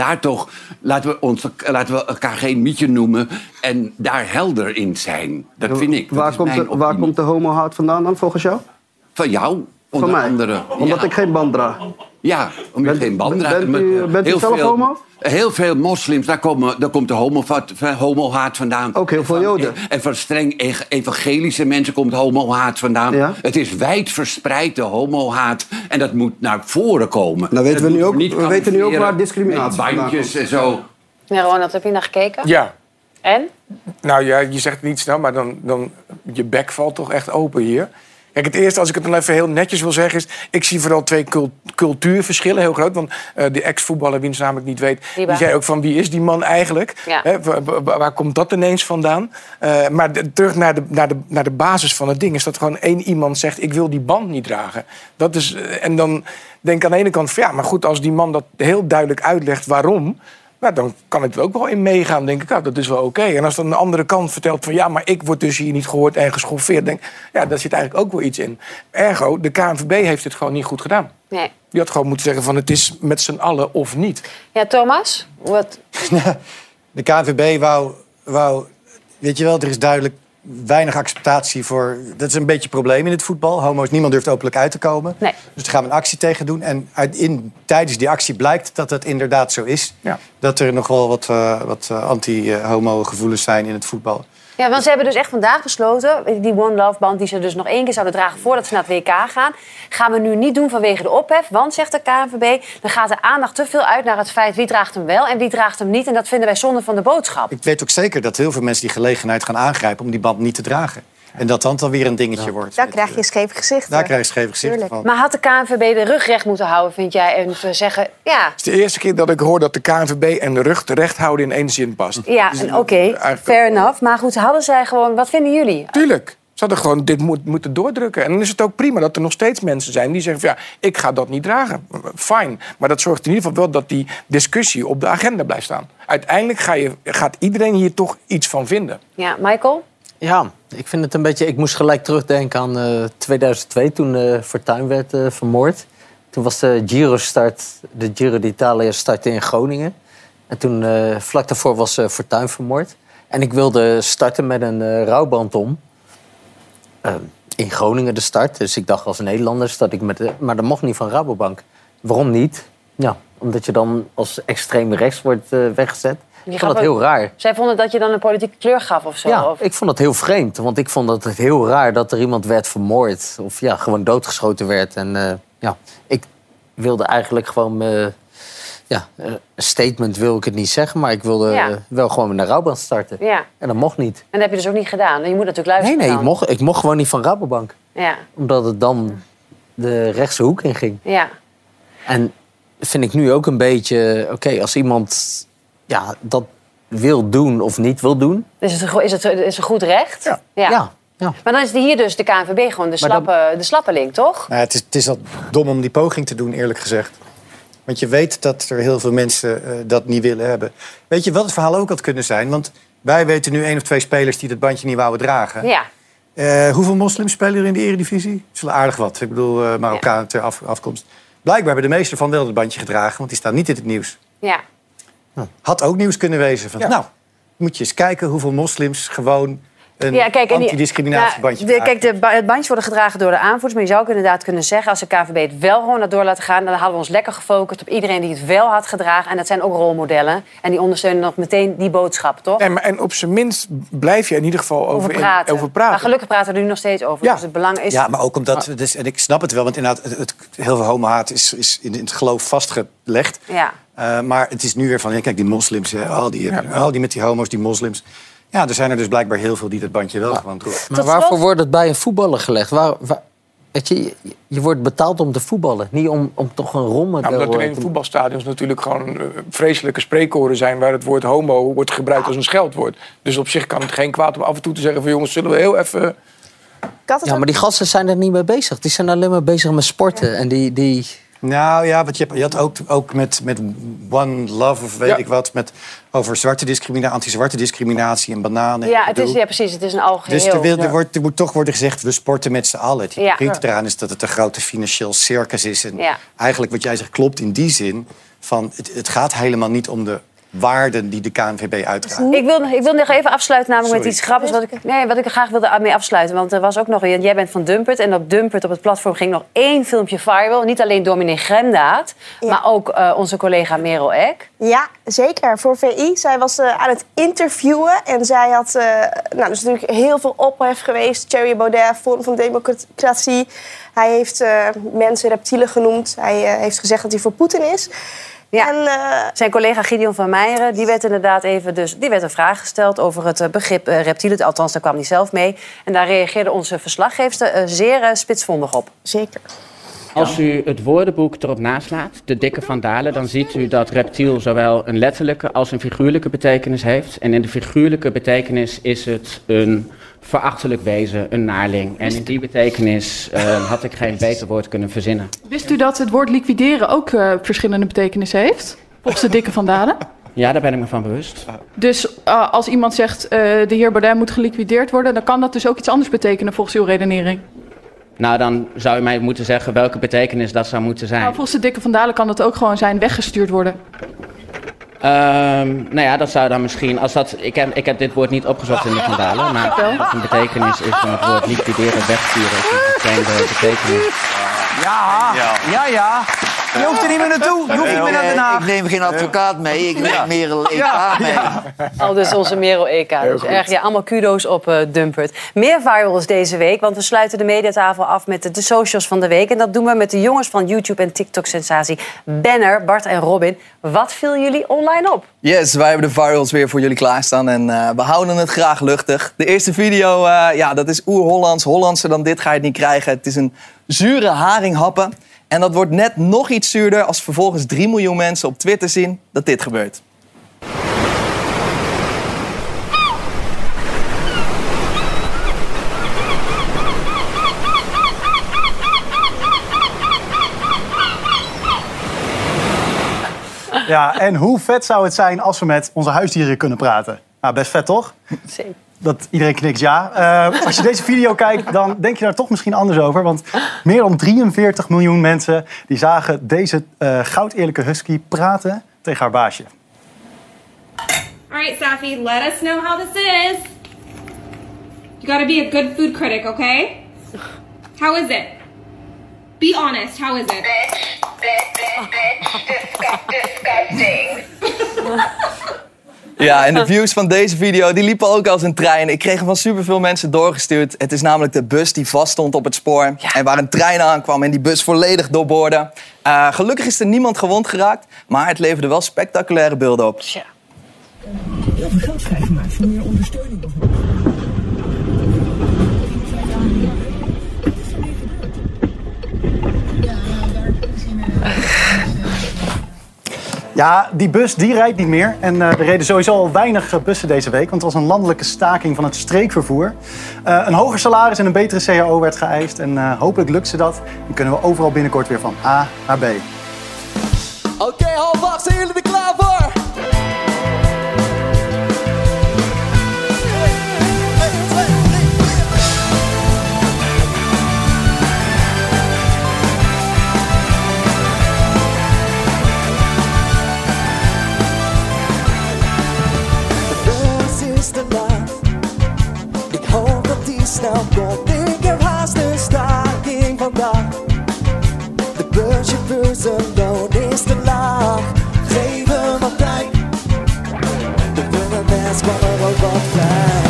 we elkaar geen mietje noemen en daar helder in zijn. Dat vind ik.
Waar komt de homohaat vandaan dan, volgens jou?
Van jou, onder andere.
Omdat ik geen band draag?
Ja, omdat je geen band draagt.
Bent u zelf homo?
Heel veel moslims, daar komt de homohaat vandaan.
Ook heel veel Joden.
En van streng evangelische mensen komt homohaat vandaan. Ja? Het is wijd verspreid, de homohaat. En dat moet naar voren komen.
Nou weten we weten nu ook waar discriminatie vandaan komt.
En zo.
Ja, Ronald, heb je naar gekeken?
Ja.
En?
Nou ja, je zegt het niet snel, maar dan je bek valt toch echt open hier. Kijk, het eerste, als ik het dan even heel netjes wil zeggen, is... ik zie vooral 2 cultuurverschillen, heel groot. Want die ex-voetballer, wiens naam ik niet weet... die zei ook van, wie is die man eigenlijk? Ja. Waar komt dat ineens vandaan? Maar terug naar de basis van het ding... is dat gewoon 1 iemand zegt, ik wil die band niet dragen. Dat is, en dan denk ik aan de ene kant van... ja, maar goed, als die man dat heel duidelijk uitlegt waarom... nou, dan kan ik er ook wel in meegaan, denk ik, dat is wel oké. En als dan de andere kant vertelt van... ja, maar ik word dus hier niet gehoord en geschoffeerd... denk ja, daar zit eigenlijk ook wel iets in. Ergo, de KNVB heeft het gewoon niet goed gedaan. Nee. Die had gewoon moeten zeggen van het is met z'n allen of niet.
Ja, Thomas? Wat?
De KNVB wou... Weet je wel, er is duidelijk weinig acceptatie voor... Dat is een beetje een probleem in het voetbal. Homo's, niemand durft openlijk uit te komen. Nee. Dus daar gaan we een actie tegen doen. En tijdens die actie blijkt dat het inderdaad zo is. Ja. Dat er nog wel wat anti-homo-gevoelens zijn in het voetbal.
Ja, want ze hebben dus echt vandaag besloten... die One Love-band die ze dus nog 1 keer zouden dragen... voordat ze naar het WK gaan we nu niet doen vanwege de ophef. Want, zegt de KNVB, dan gaat de aandacht te veel uit naar het feit... wie draagt hem wel en wie draagt hem niet. En dat vinden wij zonde van de boodschap.
Ik weet ook zeker dat heel veel mensen die gelegenheid gaan aangrijpen... om die band niet te dragen. En dat dan weer een dingetje wordt.
Daar krijg je een scheef gezicht.
Daar krijg je scheef gezicht van.
Maar had de KNVB de rug recht moeten houden, vind jij? En te zeggen, ja...
Het is de eerste keer dat ik hoor dat de KNVB en de rug terecht houden in 1 zin past.
Ja, dus, oké, fair enough. Maar goed, hadden zij gewoon... Wat vinden jullie?
Tuurlijk. Ze hadden gewoon dit moeten doordrukken. En dan is het ook prima dat er nog steeds mensen zijn die zeggen van, ja, ik ga dat niet dragen. Fijn. Maar dat zorgt in ieder geval wel dat die discussie op de agenda blijft staan. Uiteindelijk gaat iedereen hier toch iets van vinden.
Ja, Michael?
Ja, ik vind het een beetje... Ik moest gelijk terugdenken aan 2002, toen Fortuyn werd vermoord. Toen was de Giro-start, de Giro d'Italia startte in Groningen. En toen, vlak daarvoor, was Fortuyn vermoord. En ik wilde starten met een rouwband om. In Groningen de start. Dus ik dacht, als Nederlander start ik maar dat mocht niet van Rabobank. Waarom niet? Ja, omdat je dan als extreem rechts wordt weggezet. Ik vond dat heel raar.
Zij vonden dat je dan een politieke kleur gaf of zo?
Ja, ik vond dat heel vreemd. Want ik vond het heel raar dat er iemand werd vermoord. Of ja, gewoon doodgeschoten werd. En ik wilde eigenlijk gewoon... een statement wil ik het niet zeggen, maar ik wilde wel gewoon naar Rabobank starten. Ja. En dat mocht niet.
En dat heb je dus ook niet gedaan? Je moet natuurlijk luisteren.
Nee, ik mocht gewoon niet van Rabobank.
Ja.
Omdat het dan de rechtse hoek in ging.
Ja.
En vind ik nu ook een beetje... Oké, als iemand dat wil doen of niet wil doen...
Is het een goed recht? Ja. Maar dan is hier dus de KNVB gewoon de slappeling, toch?
Nou, het is al dom om die poging te doen, eerlijk gezegd. Want je weet dat er heel veel mensen dat niet willen hebben. Weet je wat het verhaal ook had kunnen zijn? Want wij weten nu 1 of 2 spelers die dat bandje niet wouden dragen. Ja. Hoeveel moslims spelen er in de Eredivisie? Het is wel aardig wat. Ik bedoel, Marokkaan ter afkomst. Blijkbaar hebben de meesten van wel het bandje gedragen, want die staan niet in het nieuws.
Ja.
Had ook nieuws kunnen wezen. Van, nou, moet je eens kijken hoeveel moslims gewoon... een antidiscriminatiebandje.
Het bandje wordt gedragen door de aanvoerders. Maar je zou ook inderdaad kunnen zeggen... als de KNVB het wel gewoon door laten gaan... dan hadden we ons lekker gefocust op iedereen die het wel had gedragen. En dat zijn ook rolmodellen. En die ondersteunen nog meteen die boodschap, toch?
Nee, en op zijn minst blijf je in ieder geval over praten.
Maar gelukkig praten we er nu nog steeds over.
Ja.
Dus het belang is...
Ja, maar ook omdat... en ik snap het wel, want inderdaad... heel veel homohaat is in het geloof vastgelegd.
Ja.
Maar het is nu weer van... kijk, die moslims, al die met die homo's, die moslims... Ja, er zijn er dus blijkbaar heel veel die dat bandje wel gewoon droegen.
Maar waarvoor wordt het bij een voetballer gelegd? Weet je wordt betaald om te voetballen, niet om toch een rolmodel...
Omdat er in voetbalstadions natuurlijk gewoon vreselijke spreekkoren zijn... waar het woord homo wordt gebruikt als een scheldwoord. Dus op zich kan het geen kwaad om af en toe te zeggen van... jongens, zullen we heel even...
Ja, maar die gasten zijn er niet mee bezig. Die zijn alleen maar bezig met sporten. En die...
Nou ja, want je had ook met One Love of weet ik wat... over zwarte anti-zwarte discriminatie en bananen.
Ja, precies. Het is een algeheel.
Dus er moet toch worden gezegd, we sporten met z'n allen. Het hypocriete eraan is dat het een grote financieel circus is. En eigenlijk wat jij zegt klopt in die zin... van het gaat helemaal niet om de waarden die de KNVB uitdraagt.
Ik wil nog even afsluiten namelijk met iets grappigs. Wat ik er graag wilde mee afsluiten. Want er was ook nog... Jij bent van Dumpert. En op Dumpert, op het platform, ging nog 1 filmpje viral. Niet alleen dominee Gremdaad, maar ook onze collega Merel Eck.
Ja, zeker. Voor VI. Zij was aan het interviewen. En zij had... er is natuurlijk heel veel ophef geweest. Thierry Baudet, Forum van Democratie. Hij heeft mensen reptielen genoemd. Hij heeft gezegd dat hij voor Poetin is.
Ja. En, zijn collega Gideon van Meijeren, die werd inderdaad die werd een vraag gesteld over het begrip reptielen. Althans, daar kwam hij zelf mee. En daar reageerde onze verslaggeefster zeer spitsvondig op.
Zeker.
Als u het woordenboek erop naslaat, de Dikke van Dalen... dan ziet u dat reptiel zowel een letterlijke als een figuurlijke betekenis heeft. En in de figuurlijke betekenis is het een verachtelijk wezen, een naarling. En in die betekenis had ik geen beter woord kunnen verzinnen.
Wist u dat het woord liquideren ook verschillende betekenissen heeft? Volgens de Dikke van Dalen?
Ja, daar ben ik me van bewust.
Dus als iemand zegt de heer Baudet moet geliquideerd worden... dan kan dat dus ook iets anders betekenen volgens uw redenering?
Nou, dan zou u mij moeten zeggen welke betekenis dat zou moeten zijn.
Nou, volgens de Dikke van Dalen kan dat ook gewoon zijn weggestuurd worden.
Dat zou dan misschien... Ik heb dit woord niet opgezocht in de Van Dalen, maar wat een betekenis is van het woord liquideren, wegsturen. Is een vreemde betekenis.
Ja. Je hoeft er niet meer naartoe. Je hoeft niet meer naar Den Haag.
Ik neem geen advocaat mee. Ik neem Merel EK mee.
Al dus onze Merel EK. Dus allemaal kudo's op Dumpert. Meer virals deze week, want we sluiten de mediatafel af met de socials van de week. En dat doen we met de jongens van YouTube en TikTok-sensatie Banner, Bart en Robin. Wat viel jullie online op?
Yes, wij hebben de virals weer voor jullie klaarstaan en we houden het graag luchtig. De eerste video, dat is oer-Hollands. Hollandser dan dit ga je het niet krijgen. Het is een zure haringhappen. En dat wordt net nog iets zuurder als vervolgens 3 miljoen mensen op Twitter zien dat dit gebeurt.
Ja, en hoe vet zou het zijn als we met onze huisdieren kunnen praten? Nou, best vet, toch?
Zeker.
Dat iedereen knikt ja. Als je deze video kijkt, dan denk je daar toch misschien anders over. Want meer dan 43 miljoen mensen die zagen deze goudeerlijke husky praten tegen haar baasje.
All right, Safi, let us know how this is. You gotta be a good food critic, okay? How is it? Be honest, how is it? Disgusting.
Ja, en de views van deze video die liepen ook als een trein. Ik kreeg hem van superveel mensen doorgestuurd. Het is namelijk de bus die vaststond op het spoor. Ja. En waar een trein aankwam en die bus volledig doorboorde. Gelukkig is er niemand gewond geraakt. Maar het leverde wel spectaculaire beelden op.
Ja.
Heel veel geld vrijgemaakt voor meer ondersteuning.
Ja, die bus die rijdt niet meer. En er reden sowieso al weinig bussen deze week. Want het was een landelijke staking van het streekvervoer. Een hoger salaris en een betere CAO werd geëist. En hopelijk lukt ze dat. Dan kunnen we overal binnenkort weer van A naar B.
Oké, 7:30, zijn jullie er klaar voor?
Ik hoop dat die snel komt. Ik heb haast een staking vandaag. De buschauffeur zijn loon is te laag. Geef hem wat tijd. De jonge mens kwam er ook wat vrij.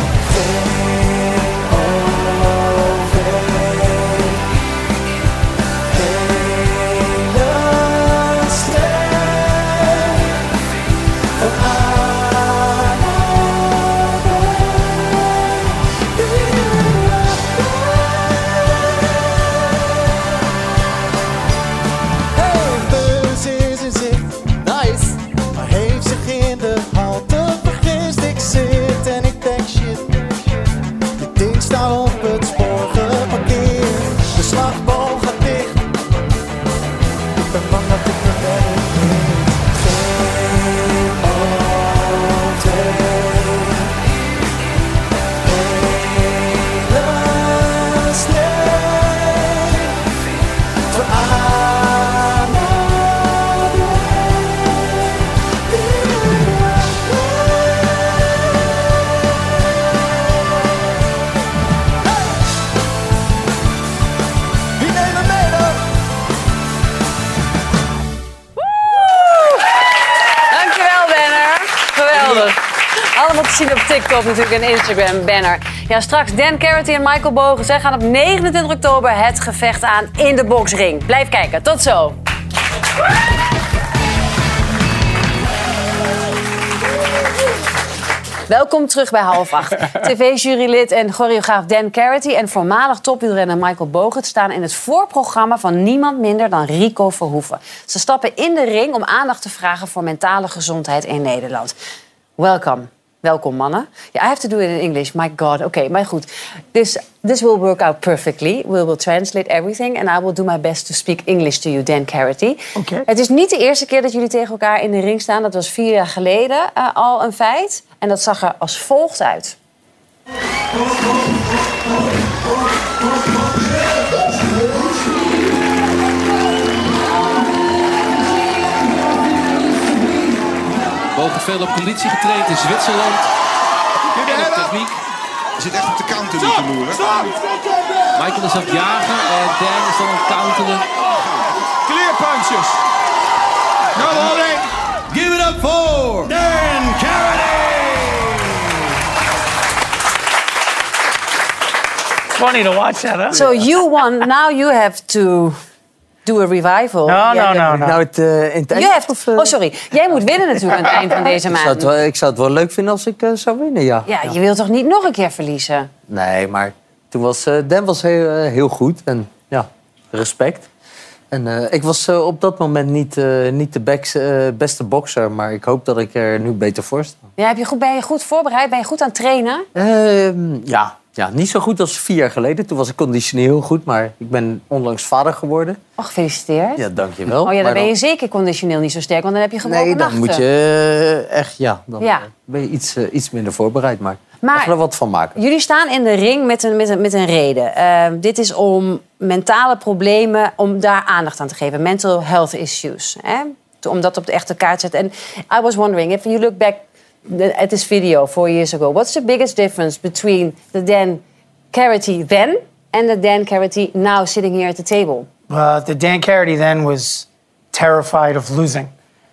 Allemaal te zien op TikTok natuurlijk en Instagram, banner. Ja, straks Dan Carity en Michael Bogen. Zij gaan op 29 oktober het gevecht aan in de boksring. Blijf kijken, tot zo. Welkom terug bij 7:30. TV-jurylid en choreograaf Dan Carity en voormalig topwielrenner Michael Bogen staan in het voorprogramma van niemand minder dan Rico Verhoeven. Ze stappen in de ring om aandacht te vragen voor mentale gezondheid in Nederland. Welkom, mannen. Yeah, I have to do it in English. My God. Okay, maar goed. This will work out perfectly. We will translate everything. And I will do my best to speak English to you, Dan Carity.
Okay.
Het is niet de eerste keer dat jullie tegen elkaar in de ring staan. Dat was 4 jaar geleden al een feit. En dat zag er als volgt uit.
Bogen veel op conditie getraind in Zwitserland. En op techniek.
Je zit echt op de counter nu te loeren.
Michael is aan het jagen en Dan is dan aan het counteren.
Clear punches. No holding. Give it up for Dan Carity.
Funny to watch that, huh?
So you won. Now you have to do a revival.
No.
Nou, het, in het eind,
oh, sorry. Jij moet winnen natuurlijk aan het eind van deze maand.
Ik zou het wel leuk vinden als ik zou winnen, ja.
Ja, je wilt toch niet nog een keer verliezen?
Nee, maar toen was Dan was heel goed. En ja, respect. En ik was op dat moment niet de beste bokser. Maar ik hoop dat ik er nu beter voor sta.
Ja, ben je goed voorbereid? Ben je goed aan het trainen?
Ja. niet zo goed als 4 jaar geleden. Toen was ik conditioneel heel goed, maar ik ben onlangs vader geworden.
Oh, gefeliciteerd.
Ja, dankjewel.
Oh ja, dan ben je zeker conditioneel niet zo sterk, want dan heb je gebroken nachten.
Nee, dan moet je echt, dan ben je iets minder voorbereid. Maar mag er wat van maken.
Jullie staan in de ring met een reden. Dit is om mentale problemen, om daar aandacht aan te geven. Mental health issues. Om dat op de echte kaart te zetten. En I was wondering, if you look back at this video 4 years ago, what's the biggest difference between the Dan Carity then and the Dan Carity now sitting here at the table?
The Dan Carity then was terrified of losing.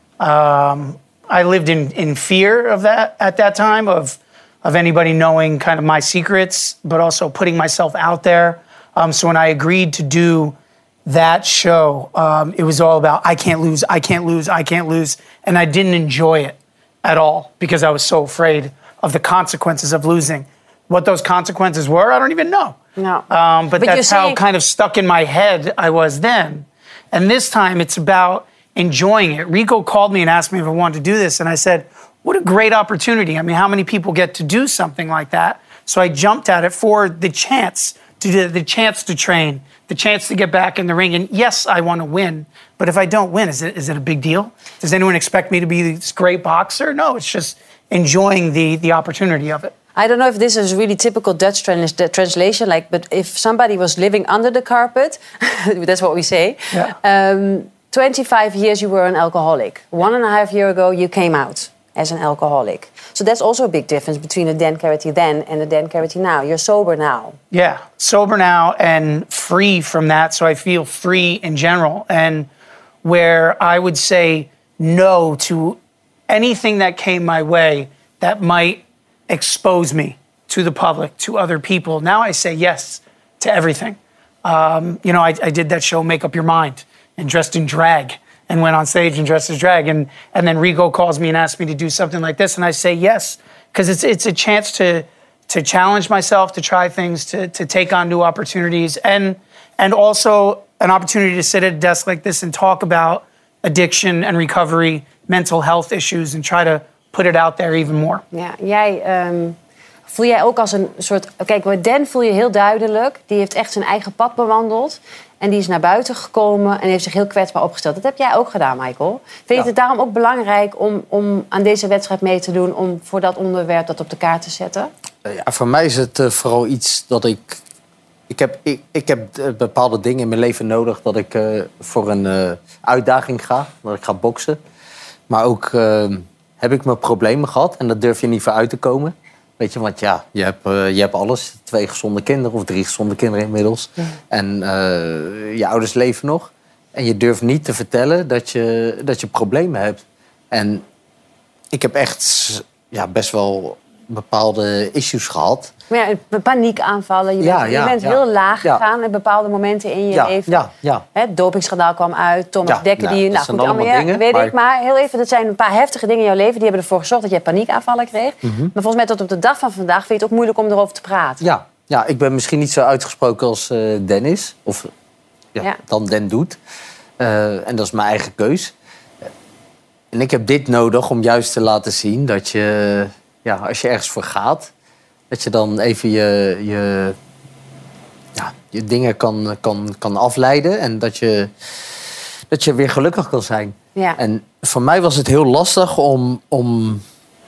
I lived in fear of that at that time, of anybody knowing kind of my secrets, but also putting myself out there. So when I agreed to do that show, it was all about I can't lose, I can't lose, I can't lose. And I didn't enjoy it at all because I was so afraid of the consequences of losing. What those consequences were, I don't even know.
No.
But that's how kind of stuck in my head I was then. And this time it's about enjoying it. Rico called me and asked me if I wanted to do this. And I said, what a great opportunity. I mean, how many people get to do something like that? So I jumped at it for the chance to do, the chance to train, the chance to get back in the ring. And yes, I want to win. But if I don't win, is it a big deal? Does anyone expect me to be this great boxer? No, it's just enjoying the opportunity of it.
I don't know if this is really typical Dutch translation, but if somebody was living under the carpet, that's what we say. Yeah. 25 years you were an alcoholic. 1.5 years ago you came out as an alcoholic. So that's also a big difference between the Dan Carity then and the Dan Carity now. You're sober now.
Yeah, sober now and free from that. So I feel free in general. And where I would say no to anything that came my way that might expose me to the public, to other people. Now I say yes to everything. I did that show, Make Up Your Mind, and dressed in drag, and went on stage and dressed as drag. And then Rico calls me and asks me to do something like this, and I say yes, because it's a chance to challenge myself, to try things, to take on new opportunities, and also an opportunity to sit at a desk like this and talk about addiction and recovery, mental health issues, and try to put it out there even more.
Ja, voel jij ook als een soort... Kijk, bij Dan voel je heel duidelijk. Die heeft echt zijn eigen pad bewandeld. En die is naar buiten gekomen en heeft zich heel kwetsbaar opgesteld. Dat heb jij ook gedaan, Michael. Vind je het daarom ook belangrijk om aan deze wedstrijd mee te doen... om voor dat onderwerp dat op de kaart te zetten?
Ja, voor mij is het vooral iets dat ik... Ik heb bepaalde dingen in mijn leven nodig dat ik voor een uitdaging ga. Dat ik ga boksen. Maar ook heb ik mijn problemen gehad en daar durf je niet voor uit te komen. Weet je, want ja, je hebt alles. 2 gezonde kinderen of 3 gezonde kinderen inmiddels. Ja. En je ouders leven nog. En je durft niet te vertellen dat je problemen hebt. En ik heb echt best wel bepaalde issues gehad.
Maar ja, paniekaanvallen. Je bent heel laag gegaan in bepaalde momenten in je leven. Het dopingschandaal kwam uit. Thomas Dekker, die... Nou goed, allemaal dingen, weet ik. Maar heel even, dat zijn een paar heftige dingen in jouw leven. Die hebben ervoor gezorgd dat jij paniekaanvallen kreeg. Mm-hmm. Maar volgens mij tot op de dag van vandaag vind je het ook moeilijk om erover te praten.
Ja, ik ben misschien niet zo uitgesproken als Dennis. Of dan Den doet. En dat is mijn eigen keus. En ik heb dit nodig om juist te laten zien dat je... Ja, als je ergens voor gaat, dat je dan even je dingen kan afleiden en dat je weer gelukkig kan zijn. Ja. En voor mij was het heel lastig om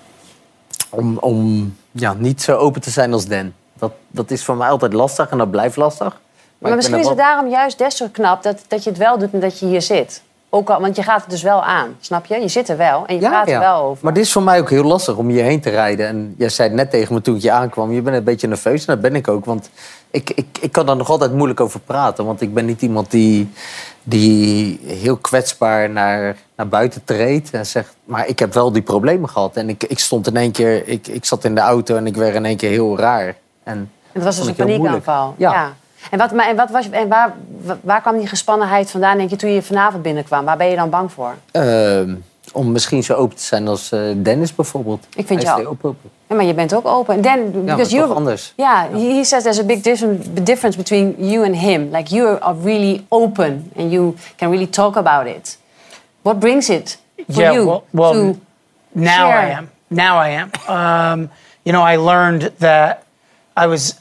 niet zo open te zijn als Dan. Dat is voor mij altijd lastig en dat blijft lastig.
Maar misschien is het daarom juist des zo knap dat je het wel doet en dat je hier zit. Ook al, want je gaat het dus wel aan, snap je? Je zit er wel en je praat er wel over.
Maar dit is voor mij ook heel lastig om hierheen te rijden. En jij zei het net tegen me toen ik je aankwam. Je bent een beetje nerveus en dat ben ik ook. Want ik kan daar nog altijd moeilijk over praten. Want ik ben niet iemand die heel kwetsbaar naar buiten treedt. En zegt, maar ik heb wel die problemen gehad. En ik stond in één keer... Ik zat in de auto en ik werd in één keer heel raar. En
het was dus een paniekaanval. Ja. En waar kwam die gespannenheid vandaan, denk je, toen je vanavond binnenkwam? Waar ben je dan bang voor?
Om misschien zo open te zijn als Dennis bijvoorbeeld.
Ik vind jou open. Ja, maar je bent ook open. En Dan,
because you, toch anders.
He says there's a big difference between you and him. Like you are really open and you can really talk about it. What brings it for you to
now share? I am. Now I am. I learned that I was,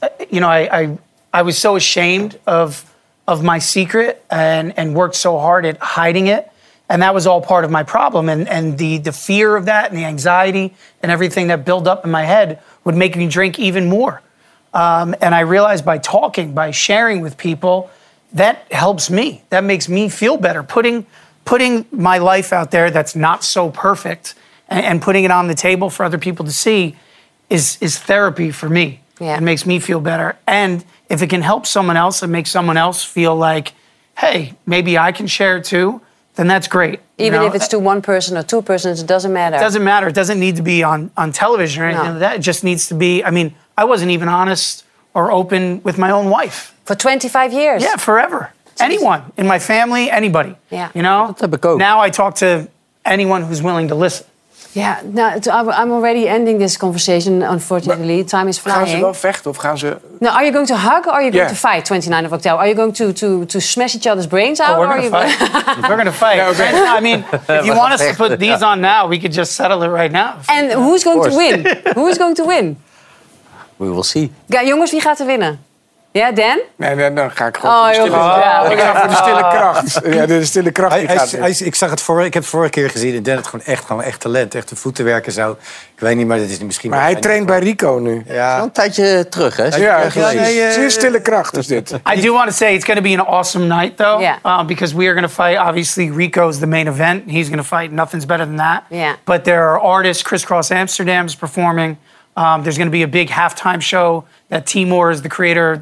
I was so ashamed of my secret and worked so hard at hiding it. And that was all part of my problem. And the fear of that and the anxiety and everything that built up in my head would make me drink even more. And I realized by talking, by sharing with people, that helps me. That makes me feel better. Putting my life out there that's not so perfect and putting it on the table for other people to see is therapy for me.
Yeah.
It makes me feel better. And if it can help someone else and make someone else feel like, hey, maybe I can share it too, then that's great.
Even if it's to one person or two persons, it doesn't matter.
It doesn't matter. It doesn't need to be on television or anything like that. It just needs to be, I mean, I wasn't even honest or open with my own wife.
For 25 years?
Yeah, forever. Anyone in my family, anybody.
Yeah.
You know? Now I talk to anyone who's willing to listen.
Yeah, I'm already ending this conversation, unfortunately. Time is flying.
Gaan ze wel vechten of gaan ze...
No, are you going to hug or are you going to fight 29 of October? Are you going to smash each other's brains out?
We're going to fight. We're going to fight. Yeah, okay. I mean, if you want us to put these on now, we could just settle it right now.
And who's going to win? Who is going to win?
We will see.
Ja, jongens, wie gaat er winnen? Ja, Dan?
Nee, dan ga ik gewoon voor de stille kracht. Ja, de stille kracht.
Ik zag het ik heb het vorige keer gezien en Dan had gewoon echt talent. Echt de voetenwerken zo. Ik weet niet, maar dat is misschien...
Maar hij traint bij Rico nu.
Ja.
Een tijdje terug, hè?
Ja, zeer stille kracht is dit.
I do want to say it's going to be an awesome night, though.
Yeah.
Because we are going to fight, obviously, Rico's the main event. He's going to fight Nothing's Better Than That.
Yeah.
But there are artists, Crisscross Amsterdam is performing. There's going to be a big halftime show that Timur is the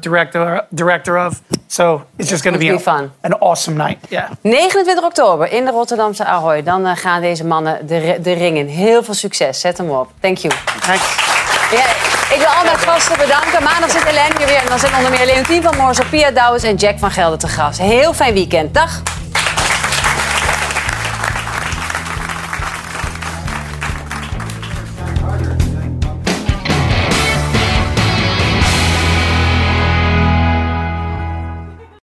director of. So it's just going to be
fun.
An awesome night. Yeah.
29 oktober in de Rotterdamse Ahoy. Dan gaan deze mannen de ring in. Heel veel succes. Zet hem op. Thank you.
Thanks.
Ja, ik wil al mijn gasten bedanken. Maandag zit Ellen hier weer. En dan zijn onder meer Leontien van Moorsel, Pia Douwes en Jack van Gelder te gast. Heel fijn weekend. Dag.